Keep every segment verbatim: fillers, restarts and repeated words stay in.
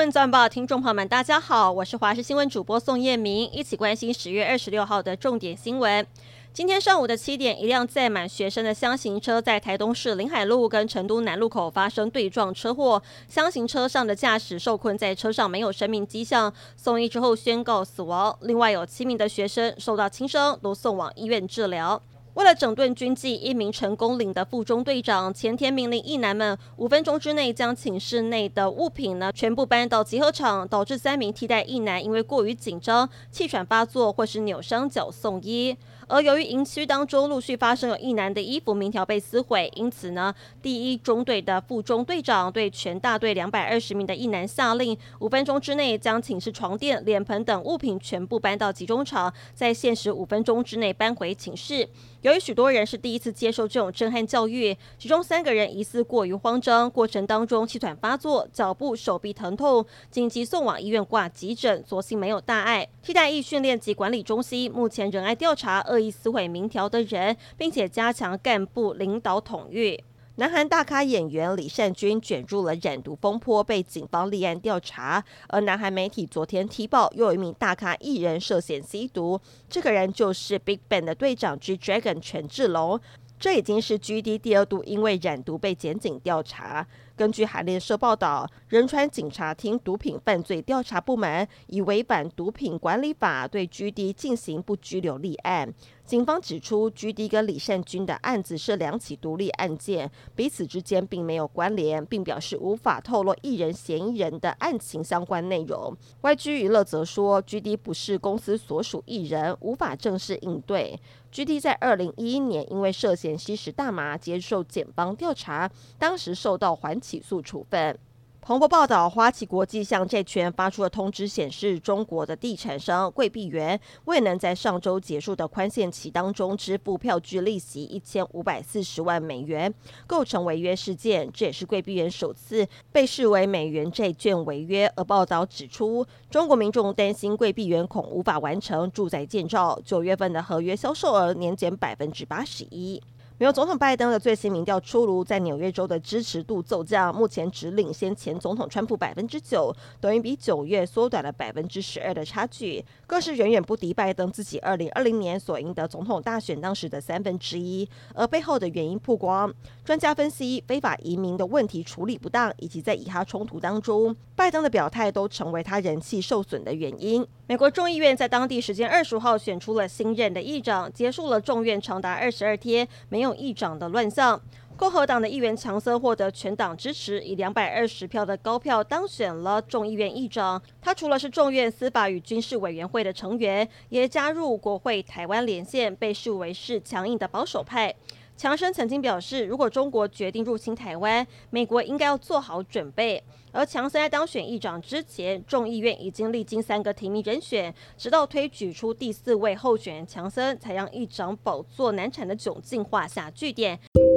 闻早晚报，听众朋友们，大家好，我是华视新闻主播宋彦明，一起关心十月二十六号的重点新闻。今天上午的七点，一辆载满学生的厢型车在台东市临海路跟成都南路口发生对撞车祸，厢型车上的驾驶受困在车上，没有生命迹象，送医之后宣告死亡。另外有七名的学生受到轻伤，都送往医院治疗。为了整顿军纪，一名成功岭的副中队长前天命令役男们五分钟之内将寝室内的物品呢全部搬到集合场，导致三名替代役男因为过于紧张、气喘发作或是扭伤脚送医。而由于营区当中陆续发生有役男的衣服名条被撕毁，因此呢，第一中队的副中队长对全大队两百二十名的役男下令，五分钟之内将寝室床垫、脸盆等物品全部搬到集中场，在限时五分钟之内搬回寝室。由于许多人是第一次接受这种震撼教育，其中三个人疑似过于慌张，过程当中气喘发作，脚部、手臂疼痛，紧急送往医院挂急诊，所幸没有大碍。替代役训练及管理中心目前仍在调查恶意撕毁名条的人，并且加强干部领导统御。南韩大咖演员李善均卷入了染毒风波，被警方立案调查。而南韩媒体昨天踢爆，又有一名大咖艺人涉嫌吸毒，这个人就是 Big Bang 的队长 G Dragon 权志龙。这已经是 G D 第二度因为染毒被检警调查。根据韩联社报道，仁川警察厅毒品犯罪调查部门以违反毒品管理法对 G D 进行不拘留立案。警方指出 ，G D 跟李善均的案子是两起独立案件，彼此之间并没有关联，并表示无法透露艺人嫌疑人的案情相关内容。Y G 娱乐则说 ，G D 不是公司所属艺人，无法正式应对。G D 在二零一一年因为涉嫌吸食大麻接受检方调查，当时受到缓起诉处分。彭博报道，花旗国际向债权发出的通知显示，中国的地产商桂碧园未能在上周结束的宽限期当中支付票据利息一千五百四十万美元，构成违约事件。这也是桂碧园首次被视为美元债券违约。而报道指出，中国民众担心桂碧园恐无法完成住宅建造，九月份的合约销售额年减百分之八十一。美国总统拜登的最新民调出炉，在纽约州的支持度骤降，目前只领先前总统川普百分之九，等于比九月缩短了百分之十二的差距，更是远远不敌拜登自己二零二零年所赢得总统大选当时的三分之一。而背后的原因曝光，专家分析非法移民的问题处理不当，以及在以哈冲突当中，拜登的表态都成为他人气受损的原因。美国众议院在当地时间二十号选出了新任的议长，结束了众院长达二十二天没有议长的乱象。共和党的议员强森获得全党支持，以两百二十票的高票当选了众议院议长。他除了是众院司法与军事委员会的成员，也加入国会台湾连线，被视为是强硬的保守派。强生曾经表示，如果中国决定入侵台湾，美国应该要做好准备。而强生在当选议长之前，众议院已经历经三个提名人选，直到推举出第四位候选人强生，才让议长宝座难产的窘境画下句点。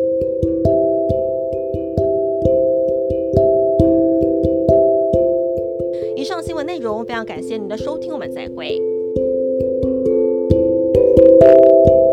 以上新闻内容非常感谢您的收听，我们再会。